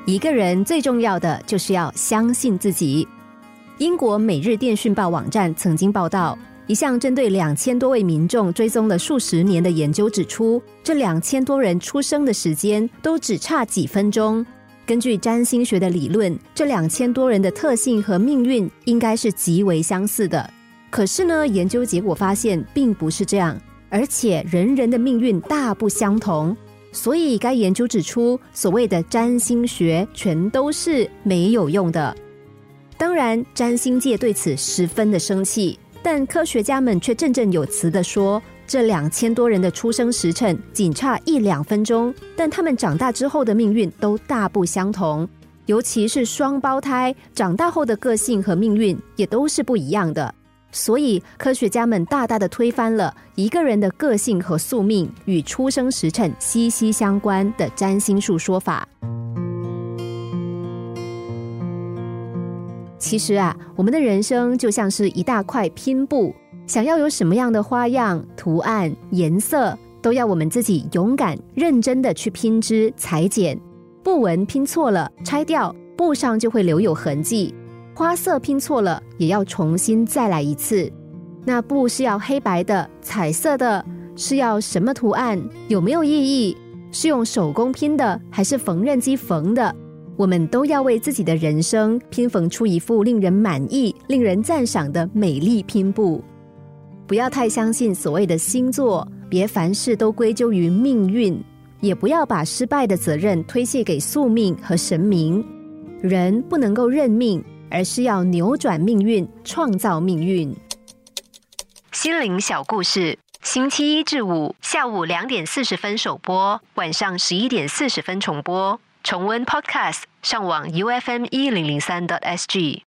一个人最重要的就是要相信自己。英国每日电讯报网站曾经报道，一项针对2000多位民众追踪了数十年的研究指出，这2000多人出生的时间都只差几分钟。根据占星学的理论，这2000多人的特性和命运应该是极为相似的。可是呢，研究结果发现并不是这样，而且人人的命运大不相同。所以该研究指出，所谓的占星学全都是没有用的。当然，占星界对此十分的生气，但科学家们却振振有词地说，这2000多人的出生时辰仅差1-2分钟，但他们长大之后的命运都大不相同，尤其是双胞胎长大后的个性和命运也都是不一样的。所以科学家们大大的推翻了一个人的个性和宿命与出生时辰息息相关的占星术说法。其实啊，我们的人生就像是一大块拼布，想要有什么样的花样、图案、颜色，都要我们自己勇敢认真的去拼织裁剪。布纹拼错了拆掉，布上就会留有痕迹，花色拼错了也要重新再来一次。那布是要黑白的、彩色的，是要什么图案，有没有意义，是用手工拼的还是缝纫机缝的，我们都要为自己的人生拼缝出一副令人满意、令人赞赏的美丽拼布。不要太相信所谓的星座，别凡事都归咎于命运，也不要把失败的责任推卸给宿命和神明。人不能够认命，而是要扭转命运，创造命运。心灵小故事，星期1至5下午2点40分首播，晚上11点40分重播。重温 Podcast， 上网 UFM1003.SG。